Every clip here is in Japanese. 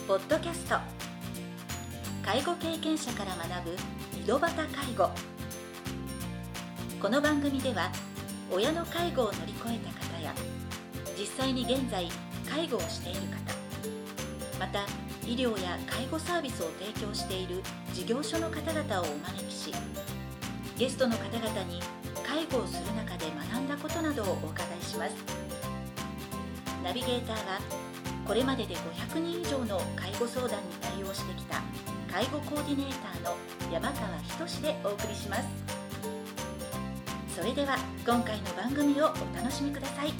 ポッドキャスト、介護経験者から学ぶ井戸端介護。この番組では親の介護を乗り越えた方や実際に現在介護をしている方、また医療や介護サービスを提供している事業所の方々をお招きし、ゲストの方々に介護をする中で学んだことなどをお伺いします。ナビゲーターはこれまでで500人以上の介護相談に対応してきた介護コーディネーターの山川仁でお送りします。それでは今回の番組をお楽しみください。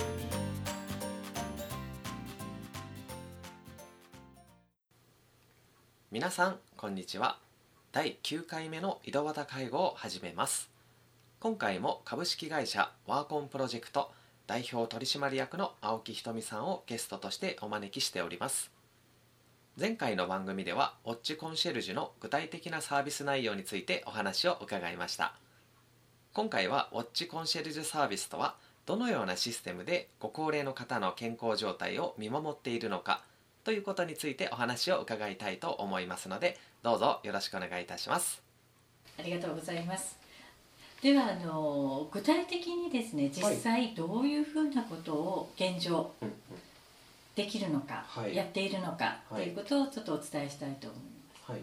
皆さんこんにちは。第9回目の井戸端介護を始めます。今回も株式会社ワーコンプロジェクト代表取締役の青木ひとみさんをゲストとしてお招きしております。前回の番組ではウォッチコンシェルジュの具体的なサービス内容についてお話を伺いました。今回はウォッチコンシェルジュサービスとはどのようなシステムでご高齢の方の健康状態を見守っているのかということについてお話を伺いたいと思いますので、どうぞよろしくお願いいたします。 ありがとうございます。では具体的にですね、実際どういうふうなことを現状できるのか、やっているのかということをちょっとお伝えしたいと思います。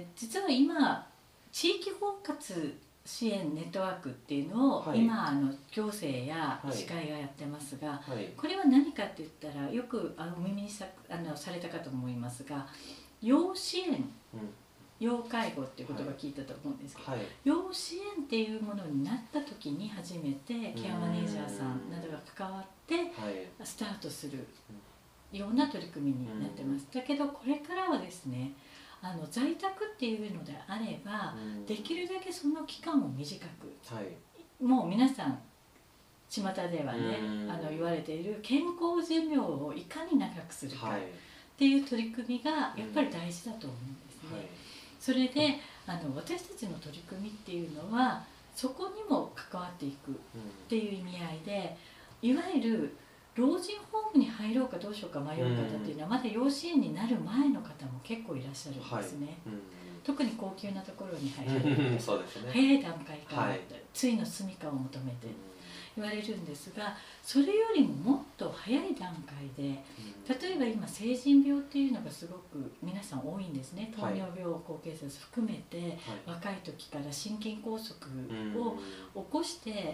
実は今地域包括支援ネットワークっていうのを、今行政や歯科医がやってますが、これは何かって言ったらよくお耳にされたかと思いますが、要支援、要介護っていう言葉聞いたと思うんですけど、要支援っていうものになった時に初めてケアマネージャーさんなどが関わってスタートするような取り組みになってます。だけどこれからはですね、在宅っていうのであれば、できるだけその期間を短く、もう皆さん巷ではね、言われている健康寿命をいかに長くするかっていう取り組みがやっぱり大事だと思うんですね。それで私たちの取り組みっていうのはそこにも関わっていくっていう意味合いで、いわゆる老人ホームに入ろうかどうしようか迷う方っていうのはまだ要支援になる前の方も結構いらっしゃるんですね。特に高級なところに入られる方、早い段階からついの住みかを求めて言われるんですが、それよりももっと早い段階で、例えば今成人病っていうのがすごく皆さん多いんですね。糖尿病、高血圧含めて、若い時から心筋梗塞を起こして、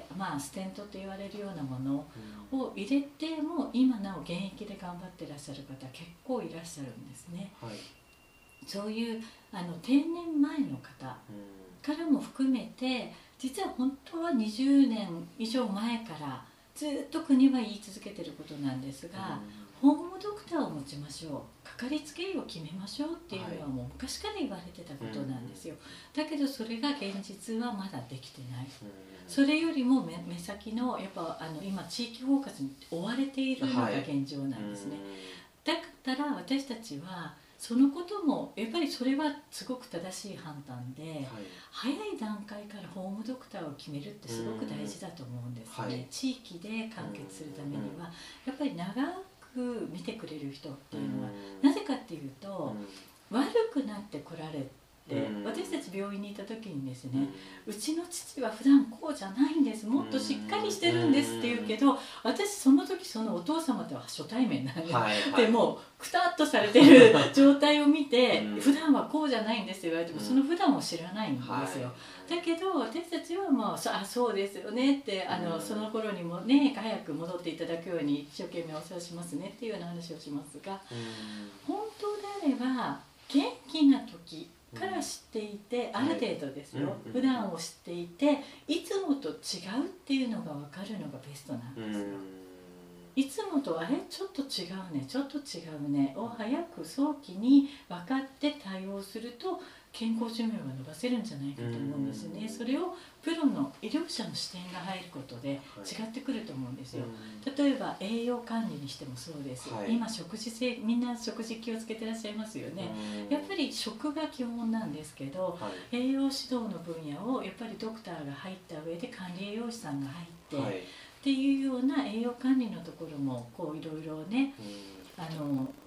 ステントと言われるようなものを入れても今なお現役で頑張ってらっしゃる方結構いらっしゃるんですね。そういう定年前の方からも含めて、実は本当は20年以上前からずっと国は言い続けてることなんですが、ホームドクターを持ちましょう、かかりつけ医を決めましょうっていうのはもう昔から言われてたことなんですよ。だけどそれが現実はまだできてない。それよりも目先のやっぱ今地域包括に追われているのが現状なんですね。だったら私たちはそのこともやっぱりそれはすごく正しい判断で、早い段階からホームドクターを決めるってすごく大事だと思うんですね。地域で完結するためにはやっぱり長く見てくれる人っていうのは、なぜかっていうと、悪くなってこられて、私たち病院にいた時にですね、うちの父は普段こうじゃないんです、もっとしっかりしてるんですって言うけど、私その時そのお父様とは初対面なんで、もうくたっとされてる状態を見て、普段はこうじゃないんですよ言われても、その普段を知らないんですよ。だけど私たちはもうそうですよねって、その頃にもね早く戻っていただくように一生懸命お世話しますねっていうような話をしますが、本当であれば元気な時から知っていて、ある程度ですよ、普段を知っていて、いつもと違うっていうのが分かるのがベストなんですよ。いつもとちょっと違うね、ちょっと違うねを早く早期に分かって対応すると健康寿命が伸ばせるんじゃないかと思うんですね。それをプロの医療者の視点が入ることで違ってくると思うんですよ。例えば栄養管理にしてもそうです。今みんな食事気をつけてらっしゃいますよね。やっぱり食が基本なんですけど、栄養指導の分野をやっぱりドクターが入った上で管理栄養士さんが入ってっていうような栄養管理のところもこういろいろね、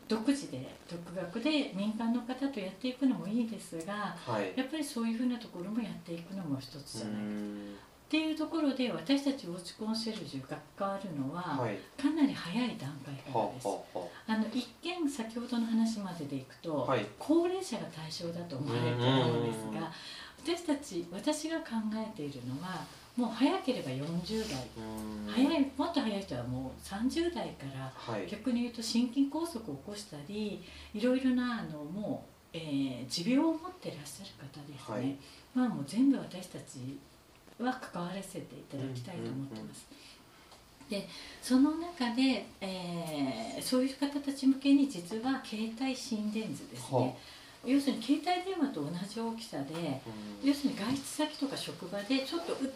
独自で独学で民間の方とやっていくのもいいですが、やっぱりそういうふうなところもやっていくのも一つじゃないかっていうところで、私たちウォッチコンシェルジュが関わるのはかなり早い段階からです。一見先ほどの話まででいくと、高齢者が対象だと思われると思うんですが、私が考えているのは、もう早ければ40代、もっと早い人はもう30代から、逆に言うと心筋梗塞を起こしたり、いろいろなもう、持病を持っていらっしゃる方ですね、もう全部私たちは関わらせていただきたいと思ってます。でその中で、そういう方たち向けに実は携帯心電図ですね、要するに携帯電話と同じ大きさで、要するに外出先とか職場でちょっと打って、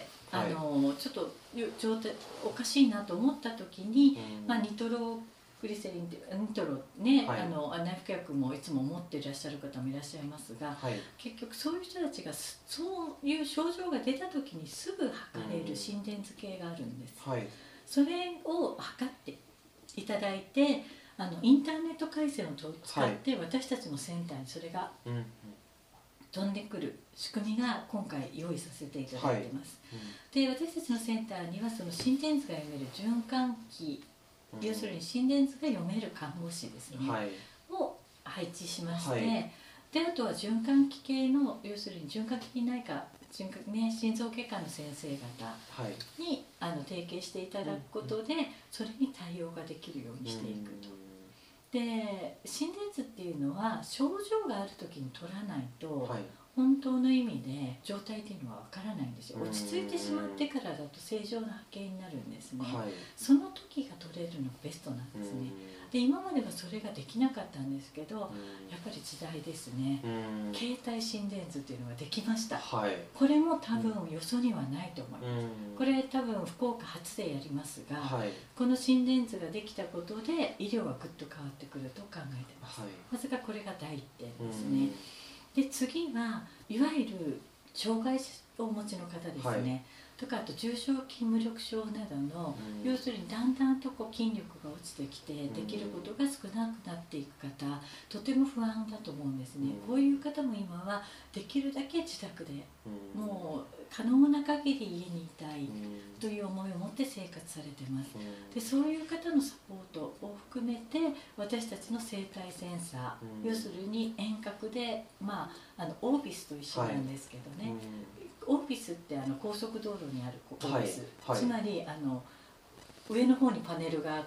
ちょっと状態おかしいなと思った時に、ニトログリセリンってニトロね、内服薬もいつも持っていらっしゃる方もいらっしゃいますが、結局そういう人たちがそういう症状が出た時にすぐ測れる心電図計があるんです。それを測っていただいて、インターネット回線を使って私たちのセンターにそれが飛んでくる仕組みが今回用意させていただいてます。で私たちのセンターにはその心電図が読める循環器、要するに心電図が読める看護師ですね、を配置しまして、であとは循環器系の、要するに循環器内科、心臓外科の先生方に、提携していただくことで、それに対応ができるようにしていくと。で心電図っていうのは症状がある時に取らないと、本当の意味で状態っていうのは分からないんですよ。落ち着いてしまってからだと正常な波形になるんですね、その時が取れるのがベストなんですね。で今まではそれができなかったんですけど、やっぱり時代ですね、携帯心電図っていうのができました、これも多分よそにはないと思います、これ多分福岡初でやりますが、この心電図ができたことで医療はぐっと変わってくると考えてます、まずがこれが第一点ですね。で次はいわゆる障害をお持ちの方ですね、とかあと重症筋無力症などの、要するにだんだんと筋力が落ちてきてできることが少なくなっていく方、とても不安だと思うんですね、こういう方も今はできるだけ自宅で、もう可能な限り家にいたいという思いを持って生活されてます。でそういう方のサポートを含めて私たちの生体センサー、要するに遠隔で、オービスと一緒なんですけどね、オービスって高速道路にあるオービス、つまり上の方にパネルがあって、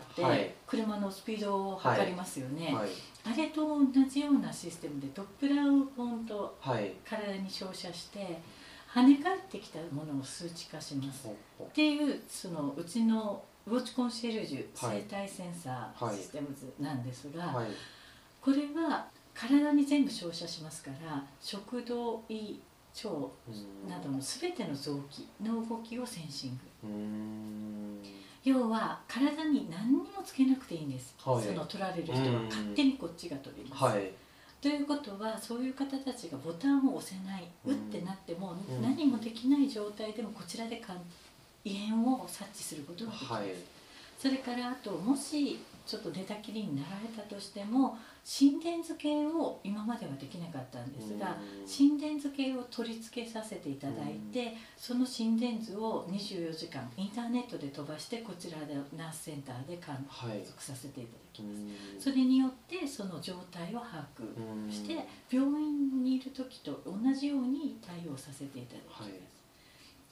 車のスピードを測りますよね、あれと同じようなシステムでドップラーをポンと体に照射して跳ね返ってきたものを数値化しますっていう、そのうちのウォッチコンシェルジュ生体センサーシステムズなんですが、これは体に全部照射しますから、食道、胃、腸などの全ての臓器の動きをセンシング、要は体に何にもつけなくていいんです、その取られる人は勝手にこっちが取ります、ということはそういう方たちがボタンを押せない、うってなっても何もできない状態でもこちらで異変を察知することができます、それからあと、もしちょっと寝たきりになられたとしても心電図計を今まではできなかったんですが、心電図計を取り付けさせていただいて、その心電図を24時間インターネットで飛ばしてこちらでナースセンターで観測させていただきます、それによってその状態を把握して病院にいる時と同じように対応させていただきます、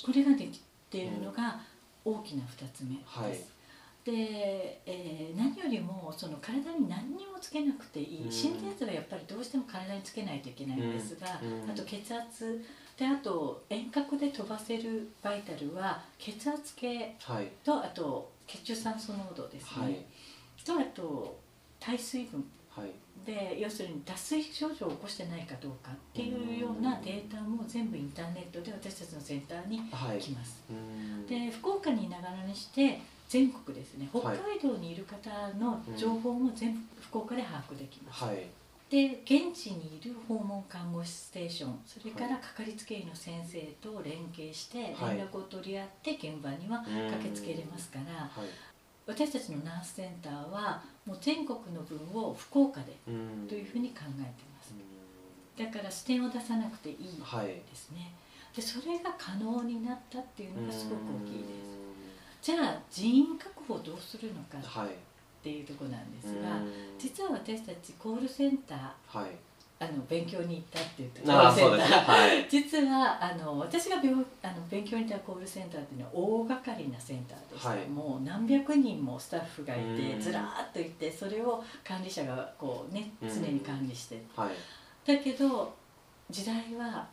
これができているのが大きな2つ目です、で何よりもその体に何にもつけなくていい、心電図はやっぱりどうしても体につけないといけないんですが、あと血圧で、あと遠隔で飛ばせるバイタルは血圧計と、あと血中酸素濃度ですね、とあと耐水分で、要するに脱水症状を起こしてないかどうかっていうようなデータも全部インターネットで私たちのセンターに来ます、で福岡にいながらにして全国ですね、北海道にいる方の情報も全部福岡で把握できます、で現地にいる訪問看護師ステーション、それからかかりつけ医の先生と連携して連絡を取り合って現場には駆けつけれますから、 私たちのナースセンターはもう全国の分を福岡でというふうに考えてます。だから視点を出さなくていいですね、でそれが可能になったっていうのがすごく大きいです。じゃあ人員確保をどうするのかっていうところなんですが、実は私たちコールセンター、勉強に行ったって言ったコールセンター、実は私が勉強に行ったコールセンターっていうのは大掛かりなセンターでした、もう何百人もスタッフがいてずらーっといて、それを管理者がこうね常に管理して、だけど時代は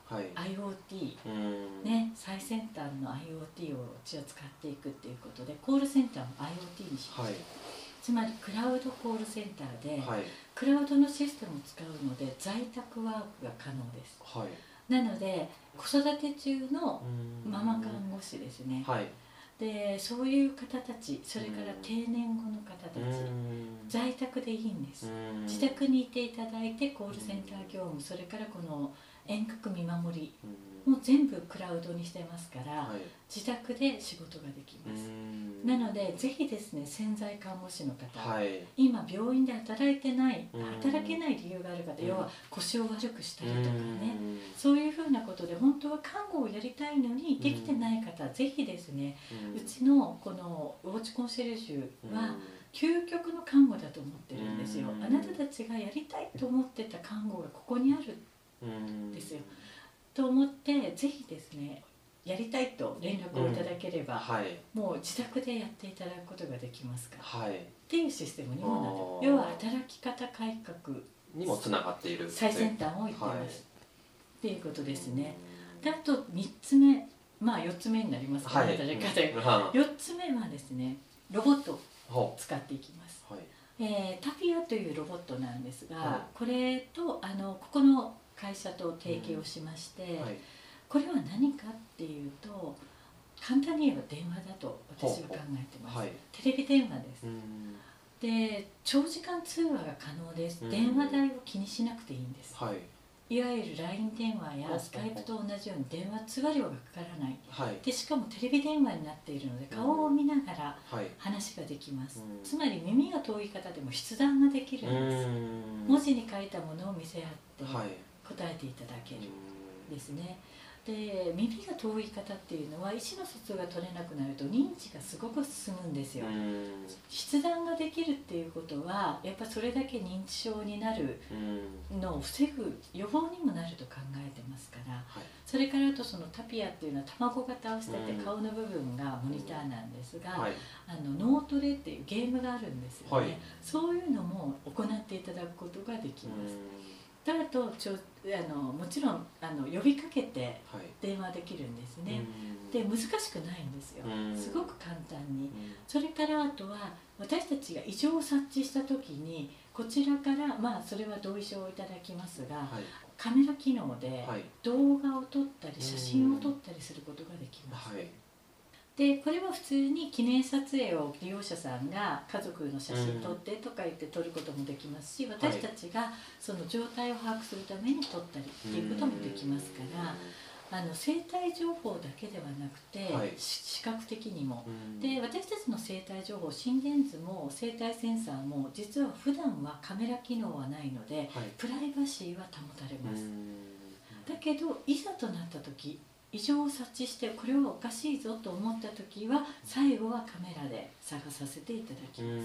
IoT、最先端の IoT をうちは使っていくっていうことで、コールセンターも IoT にしました、つまりクラウドコールセンターで、クラウドのシステムを使うので在宅ワークが可能です、なので子育て中のママ看護師ですね、でそういう方たち、それから定年後の方たち、在宅でいいんです。自宅にいていただいてコールセンター業務、それからこの遠隔見守りも全部クラウドにしてますから、自宅で仕事ができます。なのでぜひですね、潜在看護師の方、今病院で働いてない、働けない理由がある方、要は腰を悪くしたりとかね、そういうふうなことで本当は看護をやりたいのにできてない方、ぜひですね、うちのこのウォッチコンシェルジュは究極の看護だと思ってるんですよ。あなたたちがやりたいと思ってた看護がここにあるんですよ。と思ってぜひですね、やりたいと連絡をいただければ、もう自宅でやっていただくことができますから、っていうシステムにもなる。要は働き方改革にもつながっている最先端を言ってます、っていうことですね。であと3つ目、4つ目になりますかね、働き方が。4つ目はですね、ロボットを使っていきます。タピアというロボットなんですが、これとここの会社と提携をしまして、これは何かっていうと、簡単に言えば電話だと私は考えてます。テレビ電話です。で長時間通話が可能です。電話代を気にしなくていいんです。いわゆる LINE 電話やスカイプと同じように電話通話料がかからない、でしかもテレビ電話になっているので顔を見ながら話ができます、つまり耳が遠い方でも筆談ができるんです。文字に書いたものを見せ合って答えていただけるですね。で耳が遠い方っていうのは意思の疎通が取れなくなると認知がすごく進むんですよ。筆談ができるっていうことはやっぱそれだけ認知症になるのを防ぐ予防にもなると考えてますから、それからあとそのタピアっていうのは卵型をしてて顔の部分がモニターなんですが、脳トレっていうゲームがあるんですよね、そういうのも行っていただくことができます。あともちろん呼びかけて電話できるんですね、で難しくないんですよ、すごく簡単に。それからあとは私たちが異常を察知した時にこちらからそれは同意書をいただきますが、カメラ機能で動画を撮ったり写真を撮ったりすることができます。でこれは普通に記念撮影を利用者さんが家族の写真撮ってとか言って撮ることもできますし、私たちがその状態を把握するために撮ったりっていうこともできますから、生体情報だけではなくて、視覚的にも、で私たちの生体情報、心電図も生体センサーも実は普段はカメラ機能はないので、プライバシーは保たれます。だけどいざとなった時、異常を察知してこれはおかしいぞと思った時は最後はカメラで探させていただきます。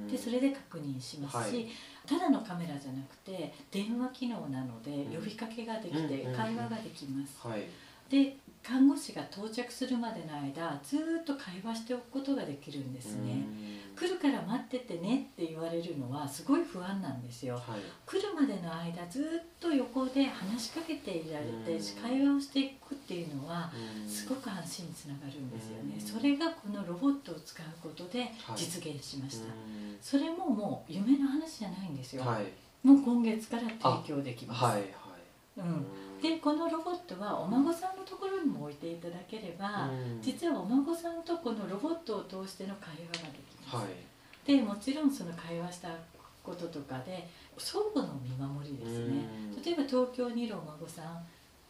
でそれで確認しますし、ただのカメラじゃなくて電話機能なので呼びかけができて会話ができます。で看護師が到着するまでの間ずっと会話しておくことができるんですね。来るから待っててねって言われるのはすごい不安なんですよ。来るまでの間ずっと横で話しかけていられて会話をしていくっていうのはすごく安心につながるんですよね。それがこのロボットを使うことで実現しました。それももう夢の話じゃないんですよ。もう今月から提供できます。でこのロボットはお孫さんのところにも置いていただければ、実はお孫さんとこのロボットを通しての会話ができます。でもちろんその会話したこととかで相互の見守りですね。例えば東京にいるお孫さん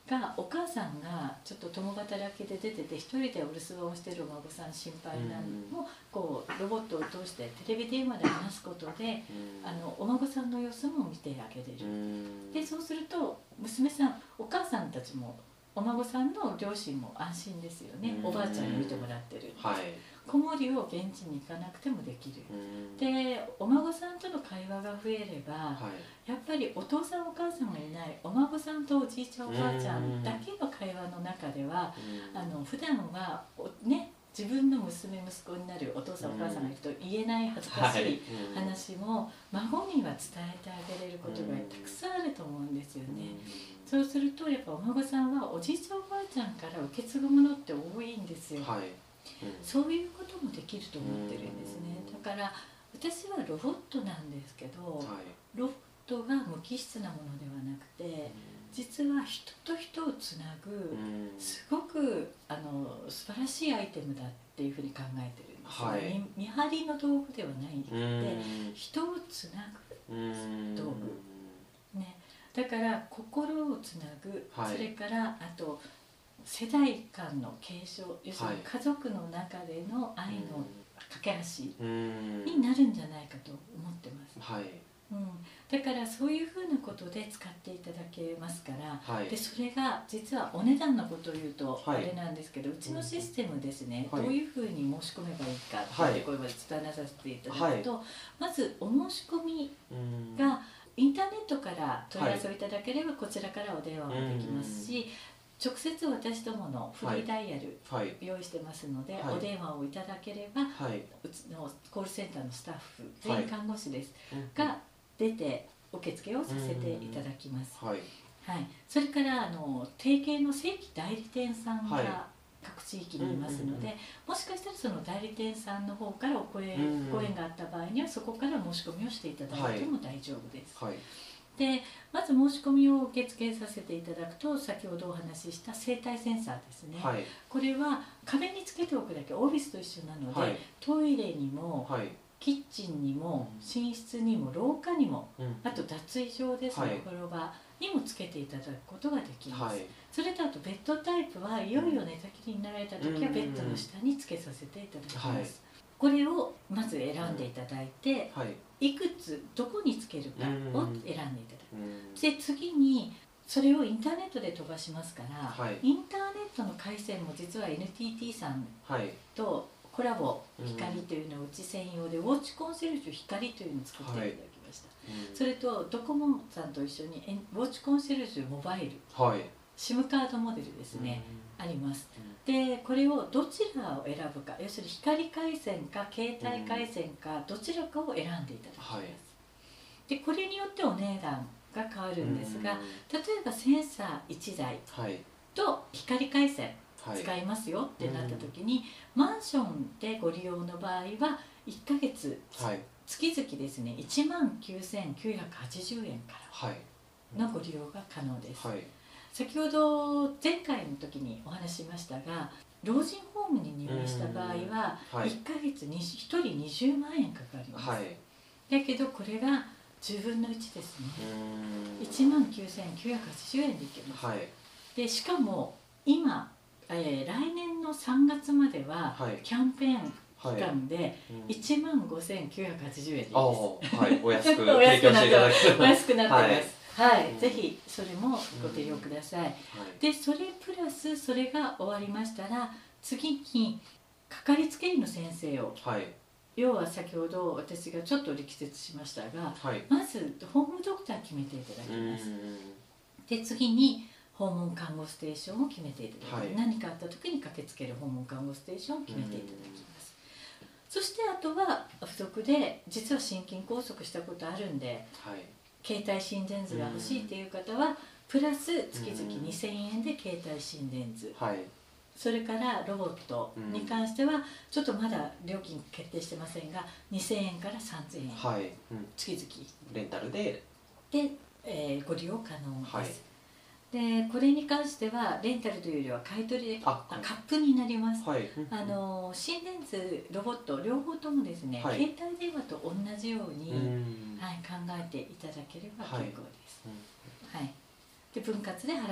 がお母さんがちょっと共働きで出てて一人でお留守番をしてるお孫さん心配なのをこうロボットを通してテレビ電話で話すことでお孫さんの様子も見てあげれる。でそうすると娘さんお母さんたちもお孫さんの両親も安心ですよね。おばあちゃんに見てもらってる。子守を現地に行かなくてもできる。でお孫さんとの会話が増えれば、やっぱりお父さんお母さんがいないお孫さんとおじいちゃんおばあちゃんだけの会話の中では普段はね自分の娘息子になるお父さんお母さんがいると言えない恥ずかしい話も孫には伝えてあげれることがたくさんあると思うんですよね。そうするとやっぱお孫さんはおじいちゃんおばあちゃんから受け継ぐものって多いんですよ。そういうこともできると思ってるんですね。だから私はロボットなんですけど、ロボットが無機質なものではなくて実は人と人をつなぐすごく素晴らしいアイテムだっていうふうに考えてるんですね。見張りの道具ではないんで人をつなぐ道具、ね、だから心をつなぐ、それからあと世代間の継承、要するに家族の中での愛の架け橋になるんじゃないかと思ってます。だからそういうふうなことで使っていただけますから、でそれが実はお値段のことを言うとあれなんですけど、うちのシステムですね、どういうふうに申し込めばいいかっていうところまで伝えさせていただくと、まずお申し込みがインターネットから問い合わせをいただければこちらからお電話もできますし、直接私どものフリーダイヤル用意してますので、お電話をいただければ、うちのコールセンターのスタッフ全員看護師ですが出て受付をさせていただきます。それから提携の正規代理店さんが各地域にいますので、もしかしたらその代理店さんの方からご縁があった場合にはそこから申し込みをしていただいても大丈夫です。でまず申し込みを受け付けさせていただくと、先ほどお話しした生体センサーですね、これは壁につけておくだけ、オービスと一緒なので、トイレにも、キッチンにも寝室にも廊下にも、あと脱衣場ですね、お風呂場にもつけていただくことができます。それとあとベッドタイプはいよいよ寝たきりになられた時はベッドの下につけさせていただきます。これをまず選んでいただいて、いくつどこにつけるかを選んでいただく。で次にそれをインターネットで飛ばしますから、インターネットの回線も実は NTT さんとコラボ光というのをうち専用でウォッチコンシェルジュ光というのを作っていただきました。それとドコモさんと一緒にウォッチコンシェルジュモバイル、SIM カードモデルですね、あります。でこれをどちらを選ぶか、要するに光回線か携帯回線かどちらかを選んでいただきます。でこれによってお値段が変わるんですが、例えばセンサー1台と光回線使いますよってなった時に、マンションでご利用の場合は1ヶ月月々ですね19,980円からのご利用が可能です。先ほど前回の時にお話ししましたが、老人ホームに入院した場合は1ヶ月に1人20万円かかります。だけどこれが10分の1ですね。19,980円でいけます。でしかも今、来年の3月まではキャンペーン期間で15,980円です。 お安く提供していただければお安くなってます。ぜひそれもご提供ください。でそれプラスそれが終わりましたら、次にかかりつけ医の先生を、要は先ほど私がちょっと力説しましたが、まずホームドクター決めていただきます。で次に訪問看護ステーションを決めていただきます。何かあった時に駆けつける訪問看護ステーションを決めていただきます。そしてあとは付属で実は心筋梗塞したことあるんで、携帯心電図が欲しいという方はプラス月々2,000円で携帯心電図、それからロボットに関してはちょっとまだ料金決定してませんが2,000円から3,000円、月々 レンタルでご利用可能です。でこれに関してはレンタルというよりは買い取りでカップになります。心電図ロボット両方ともですね、携帯電話と同じように考えていただければ結構です。 で分割で払って、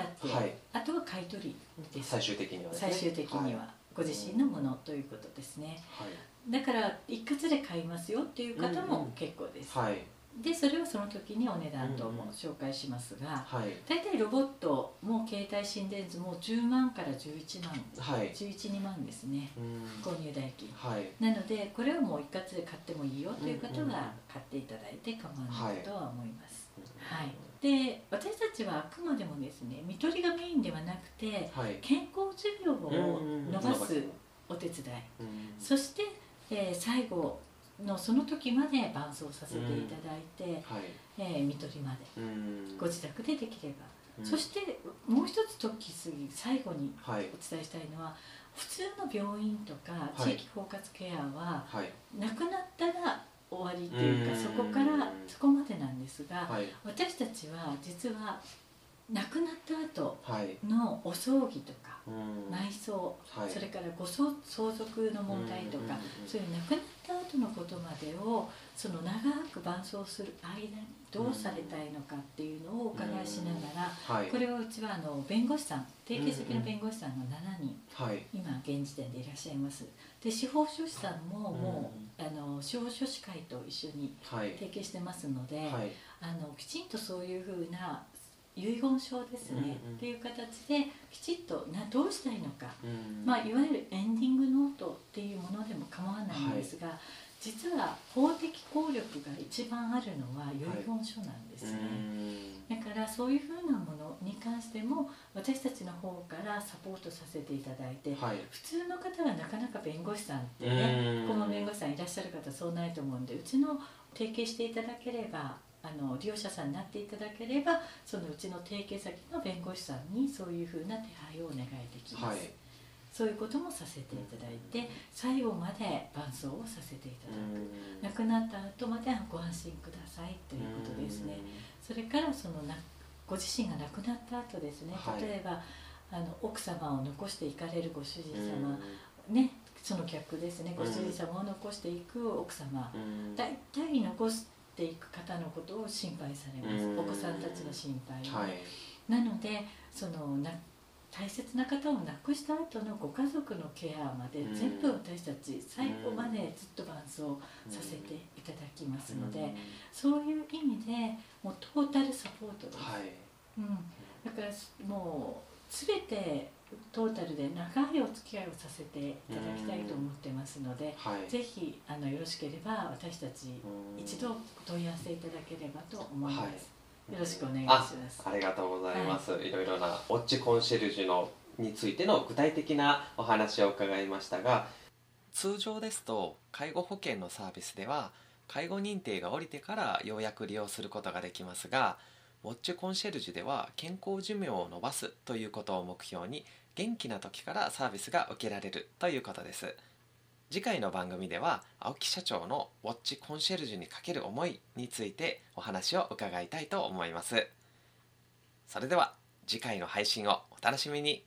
あとは買い取りです。 最終的にはですね。最終的にはご自身のものということですね。だから一括で買いますよっていう方も結構です。でそれをその時にお値段とも紹介しますが、大体ロボットも携帯心電図も10万から11万、11、2万ですね、購入代金、なのでこれをもう一括で買ってもいいよという方は買っていただいて構わないとは思います。で私たちはあくまでもですね、看取りがメインではなくて、健康寿命を伸ばすお手伝い、そして、最後のその時まで伴走させていただいて、看取りまでご自宅でできれば、そしてもう一つ最後にお伝えしたいのは、普通の病院とか地域包括ケアは亡くなったら終わりというか、そこからそこまでなんですが、私たちは実は亡くなった後のお葬儀とか埋葬、それから相続の問題とか、そういう亡くなった後のことまでをその長く伴走する間にどうされたいのかっていうのをお伺いしながら、これをうちは弁護士さん、提携先の弁護士さんが7人、今現時点でいらっしゃいます。で司法書士さんももう司法書士会と一緒に提携してますので、きちんとそういうふうな遺言書ですね、っていう形できちっとどうしたいのか、いわゆるエンディングノートっていうものでも構わないんですが、実は法的効力が一番あるのは遺言書なんですね。だからそういうふうなものに関しても私たちの方からサポートさせていただいて、普通の方はなかなか弁護士さんってね、顧問弁護士さんいらっしゃる方そうないと思うんで、うちの提携していただければ、利用者さんになっていただければ、そのうちの提携先の弁護士さんにそういうふうな手配をお願いできます。そういうこともさせていただいて、最後まで伴走をさせていただく、亡くなった後まではご安心くださいということですね。それからご自身が亡くなった後ですね、例えば奥様を残していかれるご主人様、ね、その逆ですね、ご主人様を残していく奥様、大体残していく方のことを心配されます。お子さんたちの心配を、なので大切な方を亡くした後のご家族のケアまで全部私たち最後までずっと伴走させていただきますので、そういう意味でもうトータルサポートです。だからもう全てトータルで長いお付き合いをさせていただきたいと思ってますので、ぜひよろしければ私たち一度問い合わせいただければと思います。よろしくお願いします。 ありがとうございます。いろいろなウォッチコンシェルジュについての具体的なお話を伺いましたが、通常ですと介護保険のサービスでは介護認定が下りてからようやく利用することができますが、ウォッチコンシェルジュでは健康寿命を延ばすということを目標に元気な時からサービスが受けられるということです。次回の番組では青木社長のウォッチコンシェルジュにかける思いについてお話を伺いたいと思います。それでは次回の配信をお楽しみに。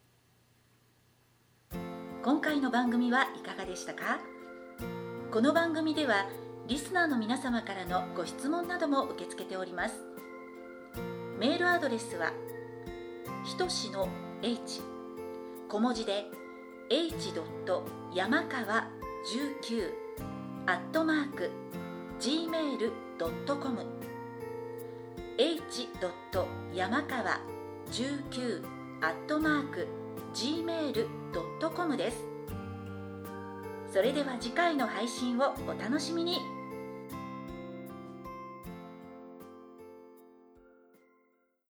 今回の番組はいかがでしたか？この番組ではリスナーの皆様からのご質問なども受け付けております。メールアドレスはひとしの h 小文字で h. 山川19 @gmail.com h. 山川19 @gmail.com です。それでは次回の配信をお楽しみに。